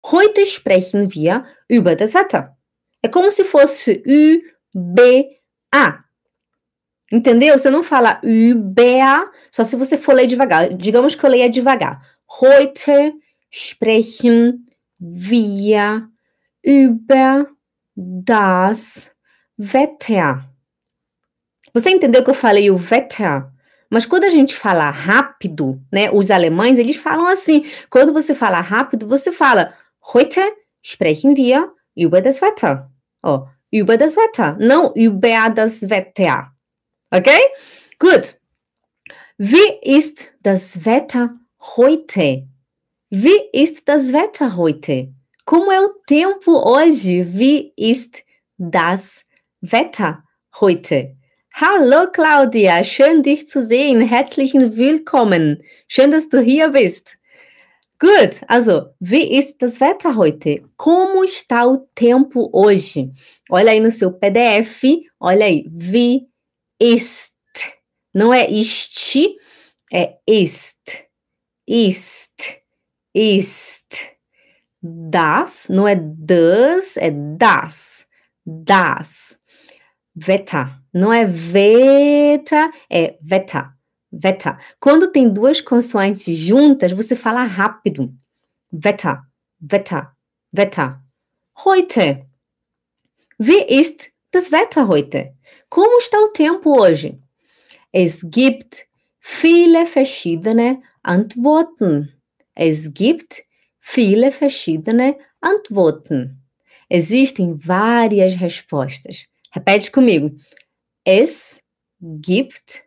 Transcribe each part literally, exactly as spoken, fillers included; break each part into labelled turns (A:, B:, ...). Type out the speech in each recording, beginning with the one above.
A: Heute sprechen wir über das Wetter. É como se fosse U B A. Entendeu? Você não fala U B A, só se você for ler devagar. Digamos que eu leia devagar. Heute sprechen wir über das Wetter. Você entendeu que eu falei o Wetter? Mas quando a gente fala rápido, né, os alemães, eles falam assim. Quando você fala rápido, você fala Heute sprechen wir über das Wetter. Ó, über das Wetter, não über das Wetter. Ok? Gut. Wie ist das Wetter heute? Wie ist das Wetter heute? Como é o tempo hoje? Wie ist das Wetter heute? Hallo Claudia, schön dich zu sehen. Herzlichen Willkommen. Schön, dass du hier bist. Gut, also, wie ist das Wetter heute? Como está o tempo hoje? Olha aí no seu P D F, olha aí. Wie ist. Não é ist, é ist. Ist. Ist. Das, não é das, é das. Das. Wetter. Não é Wetter, é Wetter. Wetter. Quando tem duas consoantes juntas, você fala rápido. Wetter, Wetter, Wetter. Heute. Wie ist das Wetter heute? Como está o tempo hoje? Es gibt viele verschiedene Antworten. Es gibt viele verschiedene Antworten. Existem várias respostas. Repete comigo. Es gibt,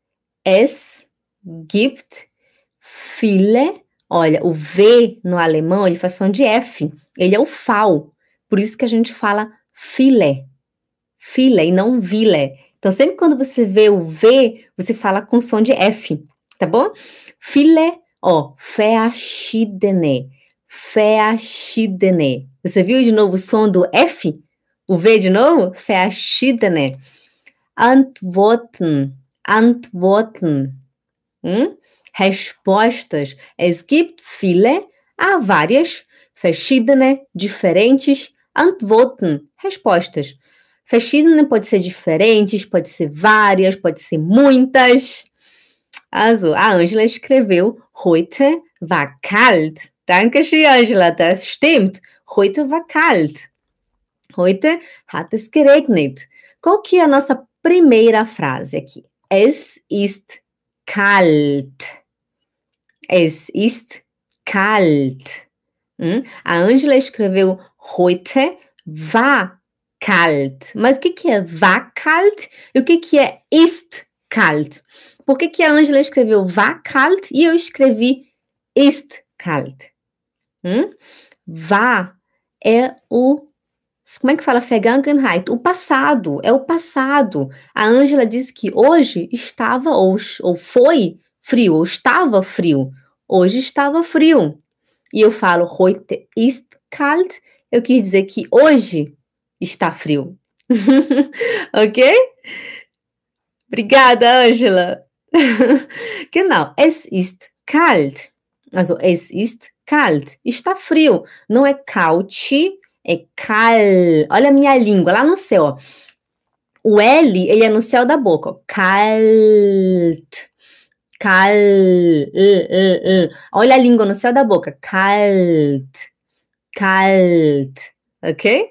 A: es gibt viele. Olha, o V no alemão, ele faz som de F. Ele é o F A U. Por isso que a gente fala viele. Viele e não ville. Então, sempre quando você vê o V, você fala com som de F, tá bom? Viele, ó, verschiedene. Verschiedene. Você viu de novo o som do F? O V de novo? Verschiedene. Antworten. Antworten. Hum? Respostas. Es gibt viele, há várias, verschiedene, diferentes, Antworten, respostas. Verschiedene pode ser diferentes, pode ser várias, pode ser muitas. Also, a Ângela escreveu, heute war kalt. Dankeschön, Ângela, das stimmt. Heute war kalt. Heute hat es geregnet. Qual que é a nossa primeira frase aqui? Es ist kalt. Es ist kalt. Hum? A Ângela escreveu heute war kalt. Mas o que, que é war kalt e o que, que é ist kalt? Por que, que a Ângela escreveu war kalt e eu escrevi ist kalt? Hum? War é o... Como é que fala? Vergangenheit. O passado. É o passado. A Ângela disse que hoje estava ou, ou foi frio, ou estava frio. Hoje estava frio. E eu falo heute ist kalt. Eu quis dizer que hoje está frio. Ok? Obrigada, Ângela. Genau. Es ist kalt. Also, es ist kalt. Está frio. Não é kalt, é kal. Olha a minha língua lá no céu. Ó. O L, ele é no céu da boca. Ó. Kalt. Kal. Uh, uh, uh. Olha a língua no céu da boca. Kalt. Kalt. Ok?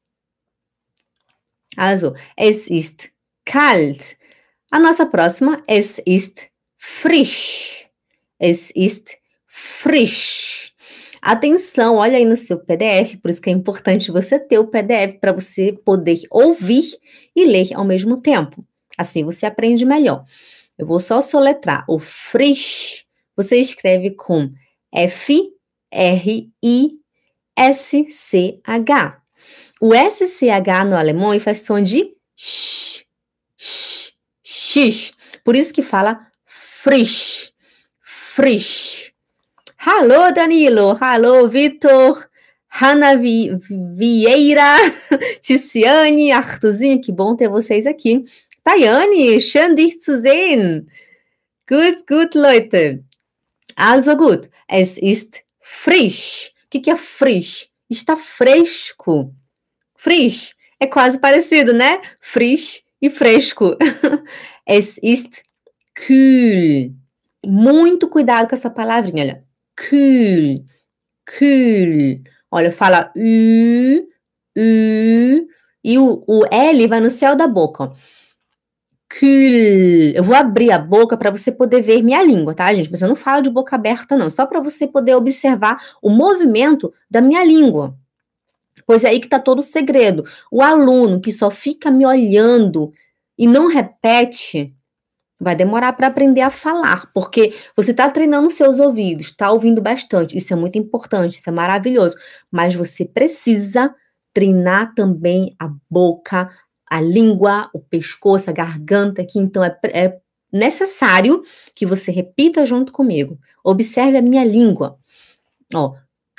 A: Also, es ist kalt. A nossa próxima, es ist frisch. Es ist frisch. Atenção, olha aí no seu P D F, por isso que é importante você ter o P D F para você poder ouvir e ler ao mesmo tempo. Assim você aprende melhor. Eu vou só soletrar o frisch. Você escreve com F R I S C H. O S C H no alemão faz som de sh, sh, x. Por isso que fala frisch, frisch. Alô, Danilo. Alô, Vitor. Hanna Vi- Vieira. Ticiane, Arthurzinho. Que bom ter vocês aqui. Tayane, schön dich zu sehen. Gut, gut, Leute. Also gut, es ist frisch. que, que é frisch? Está fresco. Frisch é quase parecido, né? Frisch e fresco. Es ist kühl. Muito cuidado com essa palavrinha, olha. Kühl. Kühl. Olha, fala U, U, e o, o L vai no céu da boca, ó. Kühl. Eu vou abrir a boca para você poder ver minha língua, tá, gente? Mas eu não falo de boca aberta, não. Só para você poder observar o movimento da minha língua. Pois é aí que tá todo o segredo. O aluno que só fica me olhando e não repete, vai demorar para aprender a falar, porque você está treinando seus ouvidos, está ouvindo bastante, isso é muito importante, isso é maravilhoso, mas você precisa treinar também a boca, a língua, o pescoço, a garganta, que então é, é necessário que você repita junto comigo. Observe a minha língua. Ó,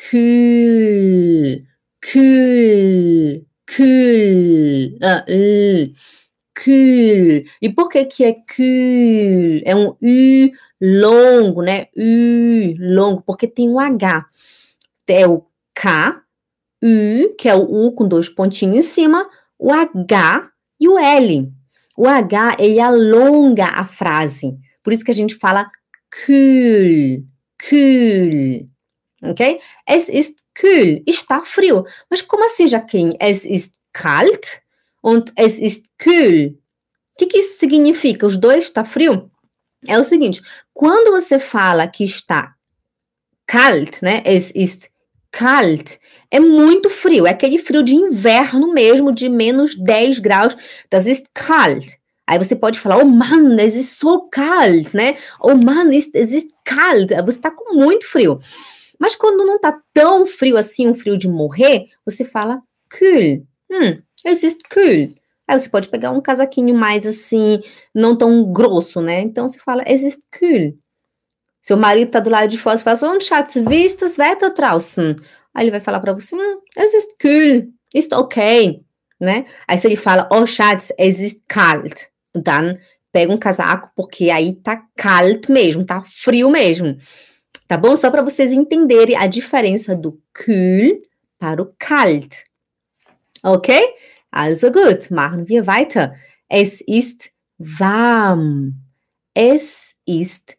A: kühl, kühl, kühl, ah, uh, kühl. E por que que é kühl? É um U longo, né? U longo, porque tem um H. É o K, U, que é o U com dois pontinhos em cima, o H e o L. O H, ele alonga a frase. Por isso que a gente fala kühl, kühl. Ok? Es ist kühl. Está frio. Mas como assim, Jaqueline? Es ist kalt und es ist kühl. O que, que isso significa? Os dois está frio? É o seguinte, quando você fala que está kalt, né? Es ist kalt, é muito frio. É aquele frio de inverno mesmo, de menos dez graus. Das ist kalt. Aí você pode falar, oh Mann, es ist so kalt, né? Oh Mann, es ist kalt. Você está com muito frio. Mas quando não tá tão frio assim, um frio de morrer, você fala kühl. Hum, es ist kühl. Aí você pode pegar um casaquinho mais assim, não tão grosso, né? Então você fala, es ist kühl. Seu marido tá do lado de fora, você fala, oh Schatz, wie ist das Wetter draußen? Aí ele vai falar pra você, hum, es ist kühl, ist okay, né? Aí se ele fala, oh Schatz, es ist kalt. Então, pega um casaco, porque aí tá kalt mesmo, tá frio mesmo. Tá bom? Só para vocês entenderem a diferença do kühl para o kalt. Ok? Also gut, machen wir weiter. Es ist warm. Es ist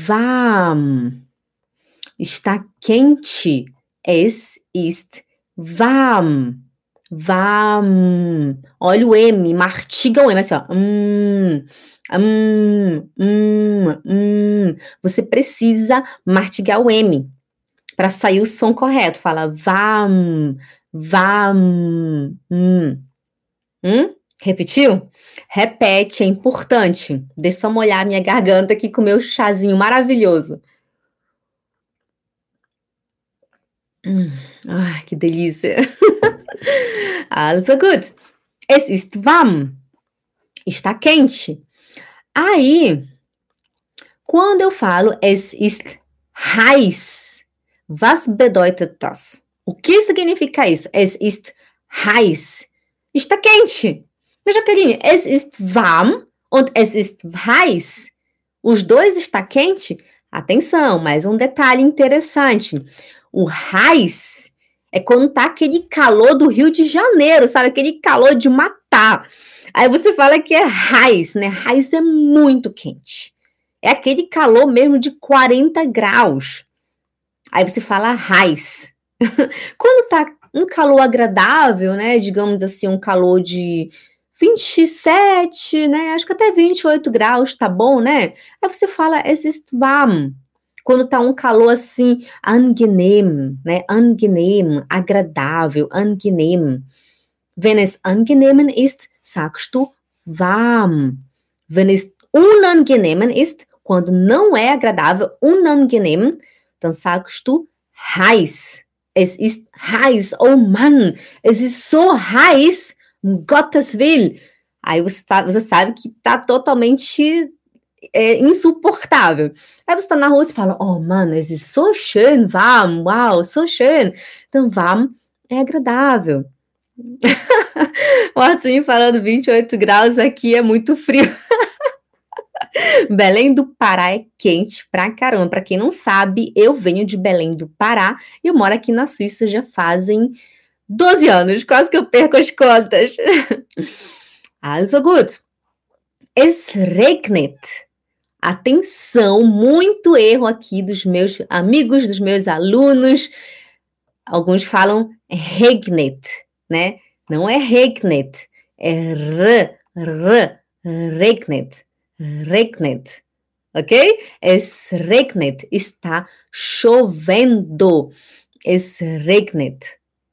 A: warm. Está quente. Es ist warm. Warm. Olha o M, mastiga o M, assim, ó. Hum, hum, hum, hum. Você precisa mastigar o M para sair o som correto. Fala warm, warm. Hum. Hum? Repetiu? Repete, é importante. Deixa eu só molhar minha garganta aqui com o meu chazinho maravilhoso. Hum. Ai, que delícia. Also gut. Es ist warm. Está quente. Aí, quando eu falo es ist heiß, was bedeutet das? O que significa isso? Es ist heiß. Está quente. Mas, Jaqueline, es ist warm und es ist heiß. Os dois está quente? Atenção, mais um detalhe interessante. O heiß é quando tá aquele calor do Rio de Janeiro, sabe? Aquele calor de matar. Aí você fala que é heiß, né? Heiß é muito quente. É aquele calor mesmo de quarenta graus. Aí você fala heiß. Quando tá um calor agradável, né? Digamos assim, um calor de vinte e sete, né? Acho que até vinte e oito graus, tá bom, né? Aí você fala es ist warm. Quando tá um calor assim, angenehm, né? Angenehm, agradável, angenehm. Wenn es angenehm ist, sagst du warm. Wenn es unangenehm ist, quando não é agradável, unangenehm, dann sagst du heiß. Es ist heiß. Oh Mann, es ist so heiß. Um Gottes Willen. Aí você sabe, você sabe que tá totalmente é, insuportável. Aí você tá na rua e fala, oh Mann, es ist so schön warm. Wow, so schön. Então, warm é agradável. O Arthur falando vinte e oito graus aqui é muito frio. Belém do Pará é quente pra caramba. Pra quem não sabe, eu venho de Belém do Pará e eu moro aqui na Suíça já fazem doze anos. Quase que eu perco as contas. Also gut. Es regnet. Atenção, muito erro aqui dos meus amigos, dos meus alunos. Alguns falam regnet, né? Não é regnet, é r, r, regnet, regnet, ok? Es regnet, está chovendo, es regnet.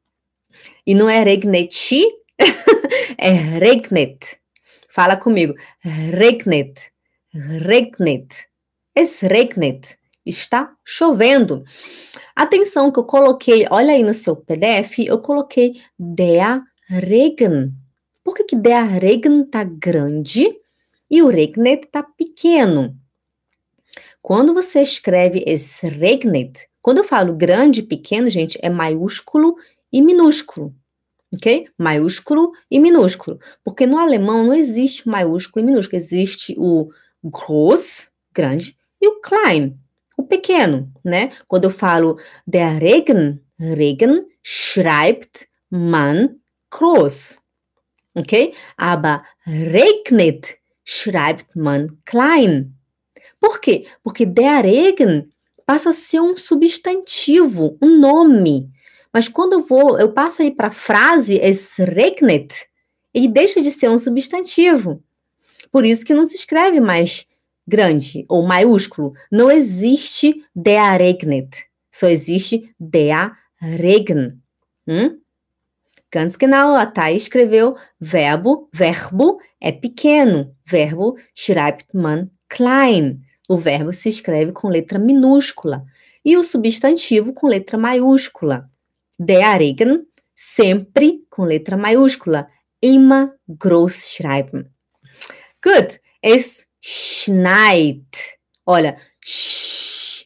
A: E não é regnet, é regnet. Fala comigo, regnet, regnet, es regnet, está chovendo. Atenção que eu coloquei, olha aí no seu P D F, eu coloquei der Regen. Por que que der Regen tá grande e o regnet tá pequeno? Quando você escreve es regnet, quando eu falo grande e pequeno, gente, é maiúsculo e minúsculo, ok? Maiúsculo e minúsculo. Porque no alemão não existe maiúsculo e minúsculo, existe o groß, grande, e o klein, o pequeno, né? Quando eu falo der Regen, Regen schreibt man groß, ok? Aber regnet schreibt man klein. Por quê? Porque der Regen passa a ser um substantivo, um nome. Mas quando eu vou, eu passo aí para a frase es regnet, ele deixa de ser um substantivo. Por isso que não se escreve mais grande ou maiúsculo. Não existe der regnet. Só existe der Regen. Hum? Ganz genau, a Thay escreveu verbo, verbo é pequeno. Verbo schreibt man klein. O verbo se escreve com letra minúscula. E o substantivo com letra maiúscula. Der Regen, sempre com letra maiúscula. Immer groß schreiben. Good. Es schneit. Olha, sh,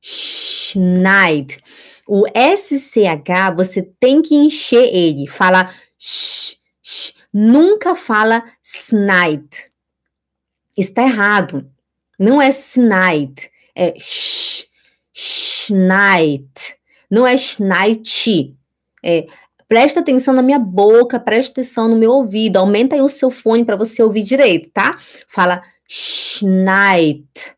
A: schneit. O S C H, você tem que encher ele. Fala sh, sh. Nunca fala sneit. Está errado. Não é sneit. É sh, schneit. Não é schneit. É, presta atenção na minha boca, presta atenção no meu ouvido. Aumenta aí o seu fone para você ouvir direito, tá? Fala schneit.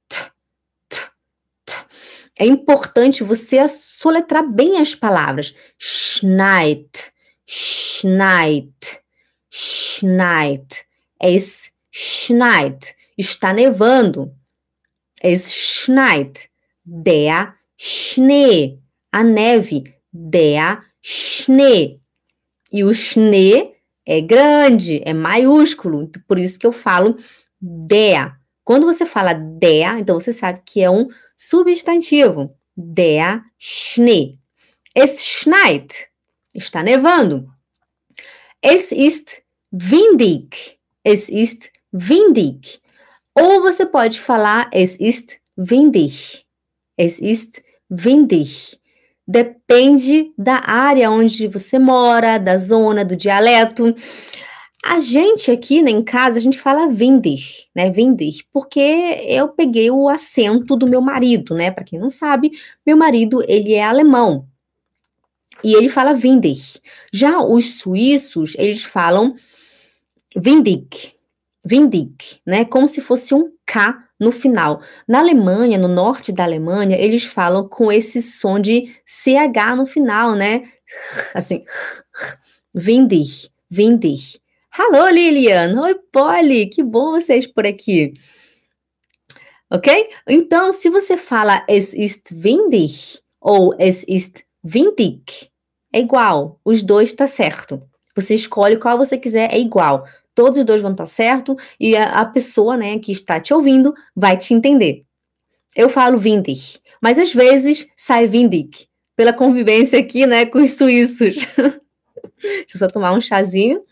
A: É importante você soletrar bem as palavras. Schneit, schneit, schneit. Es schneit. Está nevando. Es schneit. Der Schnee. A neve. Der Schnee. E o Schnee é grande, é maiúsculo. Por isso que eu falo der. Quando você fala der, então você sabe que é um substantivo. Der Schnee. Es schneit. Está nevando. Es ist windig. Es ist windig. Ou você pode falar es ist windig. Es ist windig. Depende da área onde você mora, da zona, do dialeto. A gente aqui, né, em casa, a gente fala windig, né, windig, porque eu peguei o acento do meu marido, né, para quem não sabe, meu marido, ele é alemão, e ele fala windig. Já os suíços, eles falam windig, windig, né, como se fosse um K no final. Na Alemanha, no norte da Alemanha, eles falam com esse som de C H no final, né, assim, windig, windig. Alô, Lilian! Oi, Polly! Que bom vocês por aqui. Ok? Então, se você fala es ist windig ou es ist windig, é igual. Os dois tá certo. Você escolhe qual você quiser, é igual. Todos os dois vão estar certo e a, a pessoa, né, que está te ouvindo vai te entender. Eu falo windig, mas às vezes sai windig, pela convivência aqui, né, com os suíços. Deixa eu só tomar um chazinho.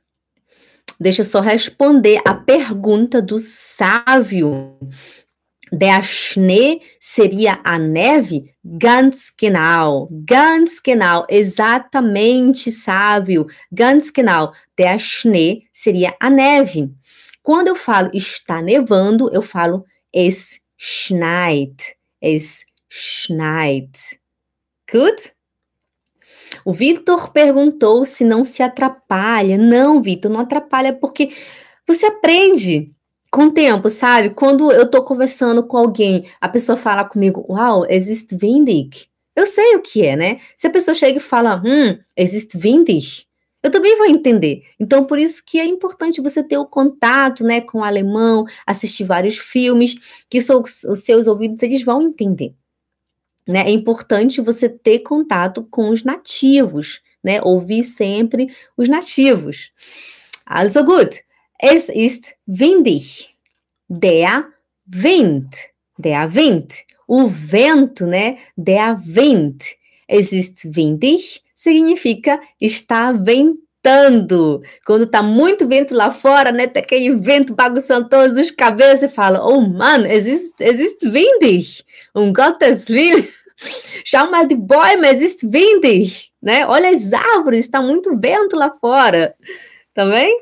A: Deixa eu só responder a pergunta do Sávio. Der Schnee seria a neve? Ganz genau, ganz genau, exatamente, sábio, ganz genau. Der Schnee seria a neve. Quando eu falo está nevando, eu falo es schneit, es schneit. Good? O Victor perguntou se não se atrapalha. Não, Victor, não atrapalha porque você aprende com o tempo, sabe? Quando eu tô conversando com alguém, a pessoa fala comigo, uau, existe windig. Eu sei o que é, né? Se a pessoa chega e fala, hum, existe windig, eu também vou entender. Então, por isso que é importante você ter o contato, né, com o alemão, assistir vários filmes, que os seus, os seus ouvidos, eles vão entender. Né? É importante você ter contato com os nativos, né? Ouvir sempre os nativos. Also gut. Es ist windig. Der Wind. Der Wind. O vento, né? Der Wind. Es ist windig significa está ventando. Quando tá muito vento lá fora, né? Tá aquele vento bagunçando todos os cabelos, você fala, oh Mann, es ist, es ist windig. Um Gottes Willen. Schau mal die Bäume, es ist windig. Né? Olha as árvores, está muito vento lá fora. Tá bem?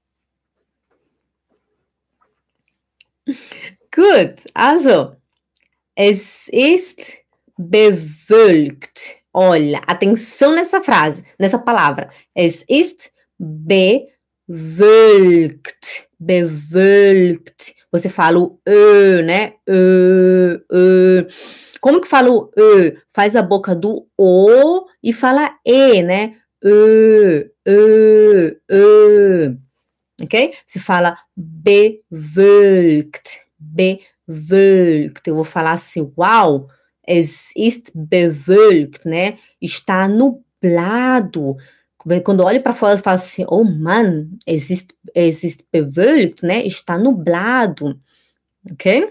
A: Gut, also, es ist bewölkt. Olha, atenção nessa frase, nessa palavra. Es ist bewölkt. Bewölkt. Você fala o ö, né? Ö, ö. Como que fala o ö? Faz a boca do o e fala e, né? Ö, ö, ö. Ok? Se fala bewölkt. Bewölkt. Eu vou falar assim, uau, es ist bewölkt, né? Está nublado. Quando olho para fora, eu falo assim, oh Mann, es ist, es ist bewölkt, né? Está nublado. Ok?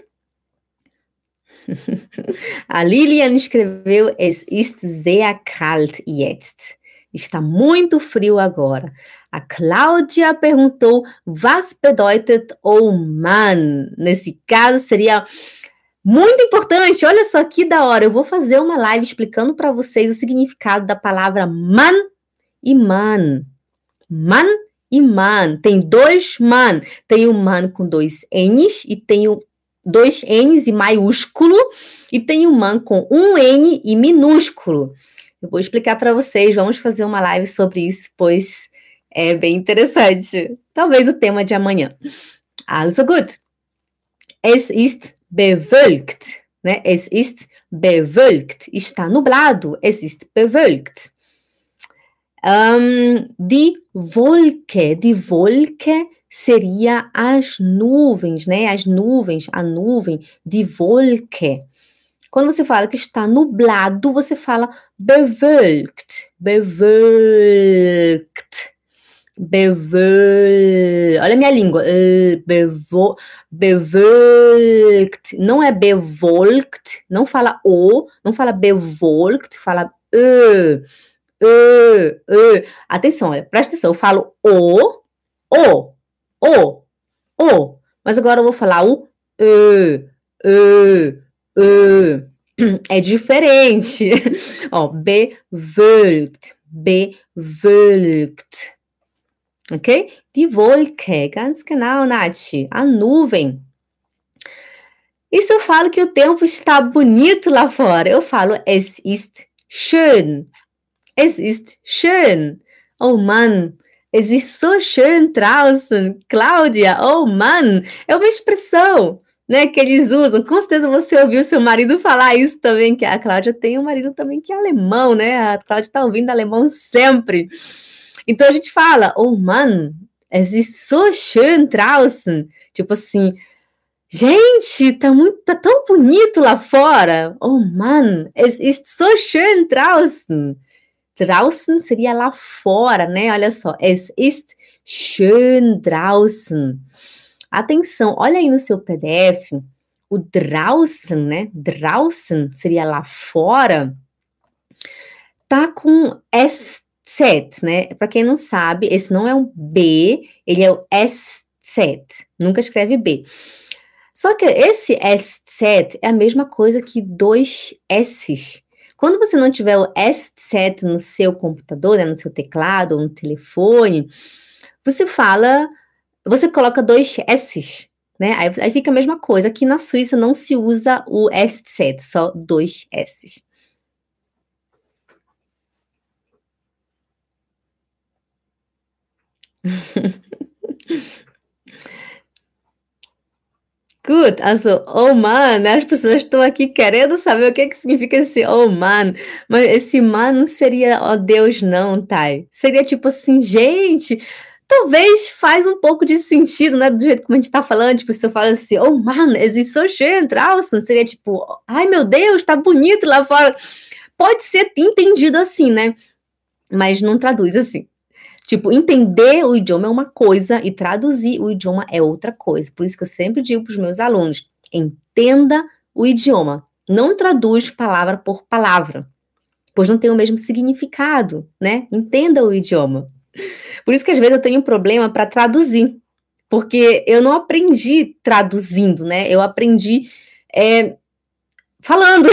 A: A Lilian escreveu, es ist sehr kalt jetzt. Está muito frio agora. A Cláudia perguntou, was bedeutet oh Mann? Nesse caso seria muito importante. Olha só que da hora. Eu vou fazer uma live explicando para vocês o significado da palavra Mann e man. Man e man. Tem dois man. Tem o man com dois N's e tem o dois N's e maiúsculo. E tem o man com um N e minúsculo. Eu vou explicar para vocês. Vamos fazer uma live sobre isso, pois é bem interessante. Talvez o tema de amanhã. Also gut. Es ist bewölkt. Né? Es ist bewölkt. Está nublado. Es ist bewölkt. Um, die Wolke, die Wolke seria as nuvens, né? As nuvens, a nuvem, die Wolke. Quando você fala que está nublado, você fala bewölkt, bewölkt, bewölkt. Olha a minha língua, Bevo, bewölkt. Não é bewolkt, não fala o, não fala bewolkt, fala ö. Ö, ö. Atenção, olha, presta atenção, eu falo o, o, o, o, mas agora eu vou falar o ö, ö, ö. É diferente. Ó, bewölkt, bewölkt. Ok? Die Wolke, ganz genau, Nath, a nuvem. E se eu falo que o tempo está bonito lá fora? Eu falo, es ist schön. Es ist schön. Oh Mann, es ist so schön draußen. Cláudia, oh Mann. É uma expressão, né, que eles usam. Com certeza você ouviu seu marido falar isso também, que a Cláudia tem um marido também que é alemão, né? A Cláudia está ouvindo alemão sempre. Então a gente fala, oh Mann, es ist so schön draußen. Tipo assim, gente, tá, muito, tá tão bonito lá fora. Oh Mann, es ist so schön draußen. Draußen seria lá fora, né? Olha só, es ist schön draußen. Atenção, olha aí no seu P D F, o draußen, né? Draußen seria lá fora. Tá com S Z, né? Para quem não sabe, esse não é um B, ele é o S Z. Nunca escreve B. Só que esse S Z é a mesma coisa que dois S's. Quando você não tiver o S Z no seu computador, né, no seu teclado ou no telefone, você fala, você coloca dois S's, né? Aí, aí fica a mesma coisa. Aqui na Suíça não se usa o S Z, só dois S's. Gut, also, oh man, as pessoas estão aqui querendo saber o que que significa esse oh man, mas esse man não seria ó Deus não, Thay. Seria tipo assim, gente, talvez faz um pouco de sentido, né, do jeito como a gente tá falando, tipo, se eu falo assim: "Oh man, es ist so schön draußen", seria tipo: "Ai meu Deus, tá bonito lá fora". Pode ser entendido assim, né, mas não traduz assim. Tipo, entender o idioma é uma coisa e traduzir o idioma é outra coisa. Por isso que eu sempre digo para os meus alunos: entenda o idioma, não traduz palavra por palavra, pois não tem o mesmo significado, né? Entenda o idioma. Por isso que às vezes eu tenho um problema para traduzir, porque eu não aprendi traduzindo, né? Eu aprendi é, falando.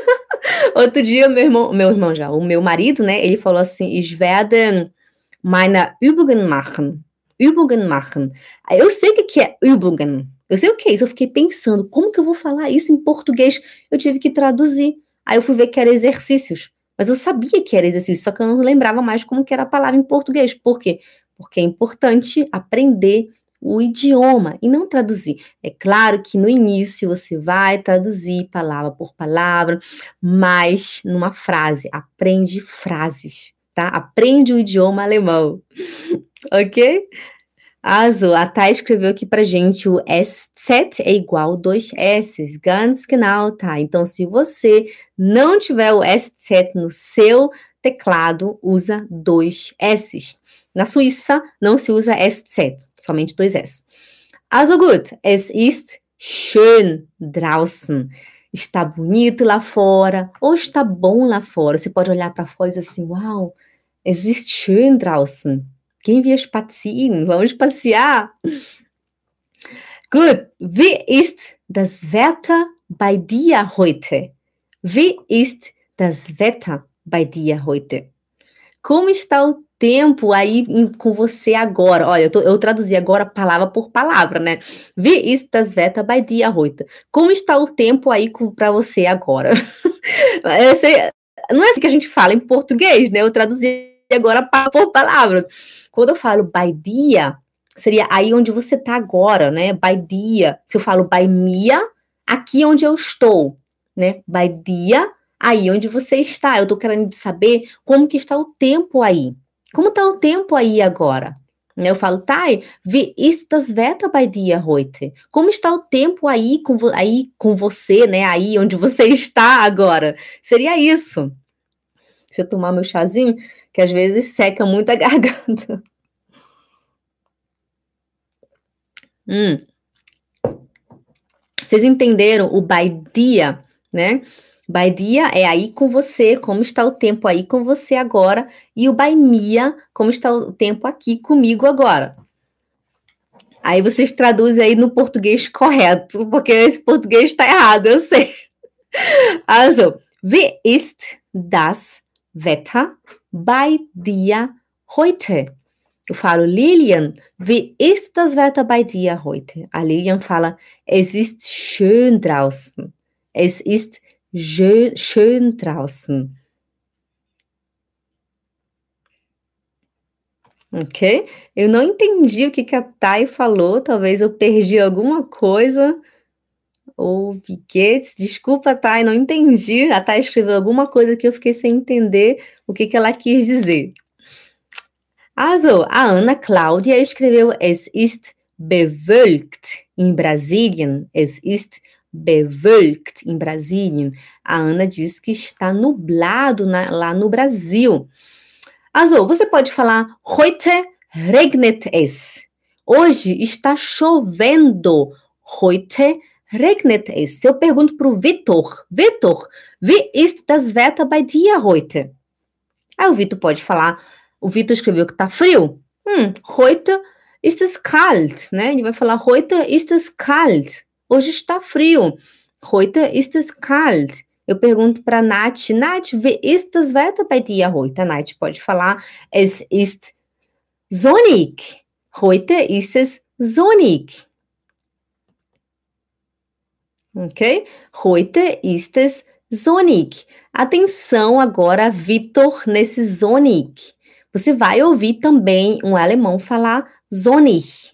A: Outro dia, meu irmão, meu irmão já, o meu marido, né? Ele falou assim: Ich werde meine Übungen machen. Übungen machen. Eu sei o que que é Übungen. Eu sei o que é isso. Eu fiquei pensando, como que eu vou falar isso em português? Eu tive que traduzir. Aí eu fui ver que era exercícios. Mas eu sabia que era exercício, só que eu não lembrava mais como que era a palavra em português. Por quê? Porque é importante aprender o idioma e não traduzir. É claro que no início você vai traduzir palavra por palavra, mas numa frase. Aprende frases. Tá? Aprende o idioma alemão, ok? Also, a Thay escreveu aqui pra gente o S Z é igual dois S's, ganz genau, tá? Então, se você não tiver o S Z no seu teclado, usa dois S's. Na Suíça, não se usa S Z, somente dois S. Also gut, es ist schön draußen. Está bonito lá fora, ou está bom lá fora. Você pode olhar para fora e dizer assim, uau, es ist schön draußen. Gehen wir spazieren? Vamos passear? Gut, wie ist das Wetter bei dir heute? Wie ist das Wetter bei dir heute? Como está o tempo aí em, com você agora? Olha, eu, tô, eu traduzi agora palavra por palavra, né? Wie ist das Wetter bei dir heute? Como está o tempo aí para você agora? Eu sei, não é assim que a gente fala em português, né? Eu traduzi agora palavra por palavra. Quando eu falo by dia, seria aí onde você está agora, né? By dia. Se eu falo by mia, aqui onde eu estou, né? By dia, aí onde você está. Eu estou querendo saber como que está o tempo aí. Como está o tempo aí agora? Eu falo, Thay, wie ist das Wetter bei dir heute? Como está o tempo aí com, aí com você, né? Aí onde você está agora. Seria isso. Deixa eu tomar meu chazinho, que às vezes seca muito a garganta. Hum. Vocês entenderam o by dia, né? By dia é aí com você, como está o tempo aí com você agora, e o by mia, como está o tempo aqui comigo agora. Aí vocês traduzem aí no português correto, porque esse português está errado, eu sei. Also, wie ist das Wetter bei dir heute? Eu falo, Lilian, wie ist das Wetter bei dir heute? A Lilian fala, es ist schön draußen. Es ist schön draußen. Ok? Eu não entendi o que, que a Thay falou, talvez eu perdi alguma coisa. Ou wie geht's? Desculpa, Thay, não entendi. A Thay escreveu alguma coisa que eu fiquei sem entender o que, que ela quis dizer. Also, a Ana Cláudia escreveu es ist bewölkt em Brasilien. Es ist bewölkt em Brasilien. A Ana diz que está nublado na, lá no Brasil. Also, você pode falar heute regnet es. Hoje está chovendo. Heute regnet es. Se eu pergunto para o Vitor, Vitor, wie ist das Wetter bei dir heute? Aí o Vitor pode falar, o Vitor escreveu que está frio. Hum, heute ist es kalt, né? Ele vai falar, heute ist es kalt. Hoje está frio. Heute ist es kalt. Eu pergunto para a Nath, Nath, wie ist das Wetter bei dir heute? A Nath pode falar, es ist sonnig. Heute ist es sonnig. Ok? Heute ist es sonnig. Atenção agora, Vitor, nesse sonnig. Você vai ouvir também um alemão falar sonnig.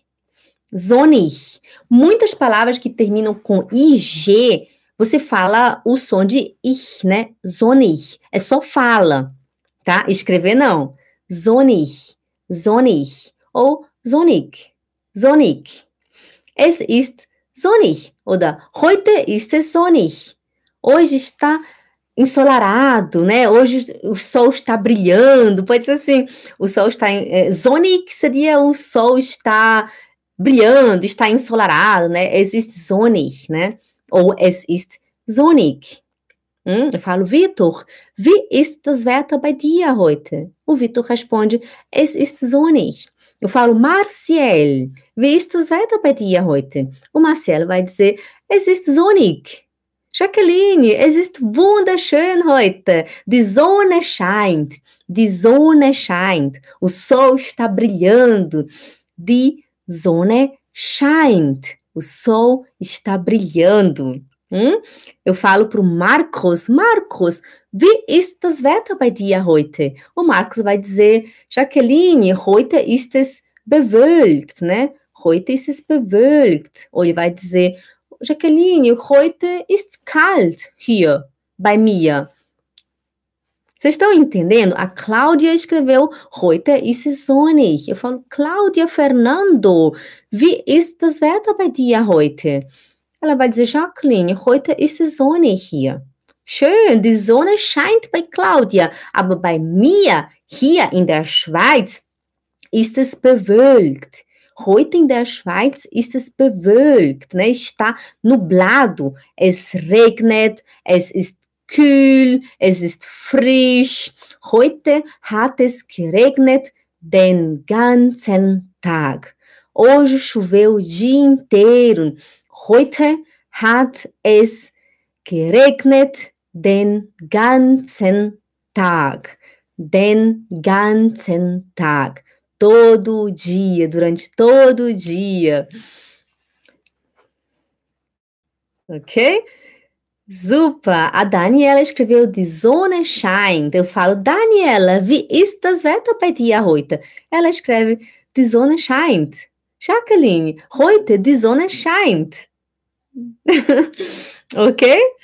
A: Sonnig. Muitas palavras que terminam com ig, você fala o som de ich, né? Sonnig. É só fala, tá? Escrever não. Sonnig. Sonnig. Ou sonnig. Sonnig. Es ist sonnig. Oder heute ist es sonnig. Hoje está ensolarado, né? Hoje o sol está brilhando. Pode ser assim, o sol está... É, sonnig seria o sol está brilhando, está ensolarado, né? Es ist sonnig, né? Ou es ist sonnig. Hum, eu falo, Vitor, wie ist das Wetter bei dir heute? O Vitor responde, es ist sonnig. Eu falo, Marciel, wie ist das Wetter bei dir heute? O Marcelo vai dizer, es ist sonnig. Jacqueline, es ist wunderschön heute. Die Sonne scheint. Die Sonne scheint. O sol está brilhando. Die Sonne scheint. O sol está brilhando. Hum? Eu falo para o Marcos, Marcos, wie ist das Wetter bei dir heute? O Marcos vai dizer, Jacqueline, heute ist es bewölkt, né? Heute ist es bewölkt. Ou ele vai dizer, Jacqueline, heute ist kalt hier bei mir. Vocês estão entendendo? A Cláudia escreveu, heute ist es sonnig. Eu falo, Cláudia Fernando, wie ist das Wetter bei dir heute? Ela vai dizer, Jacqueline, heute ist es sonnig hier. Schön, die Sonne scheint bei Claudia, aber bei mir, hier in der Schweiz, ist es bewölkt. Heute in der Schweiz ist es bewölkt, né? Está nublado, es regnet, es ist kühl, es ist frisch. Heute hat es geregnet den ganzen Tag. Hoje choveu o dia inteiro. Heute hat es geregnet den ganzen Tag. Den ganzen Tag. Todo o dia, durante todo o dia. Ok? Super! A Daniela escreveu die Sonne scheint. Eu falo, Daniela, wie ist das Wetter bei dir heute? Ela escreve, die Sonne scheint. Jacqueline, heute die Sonne scheint. Ok?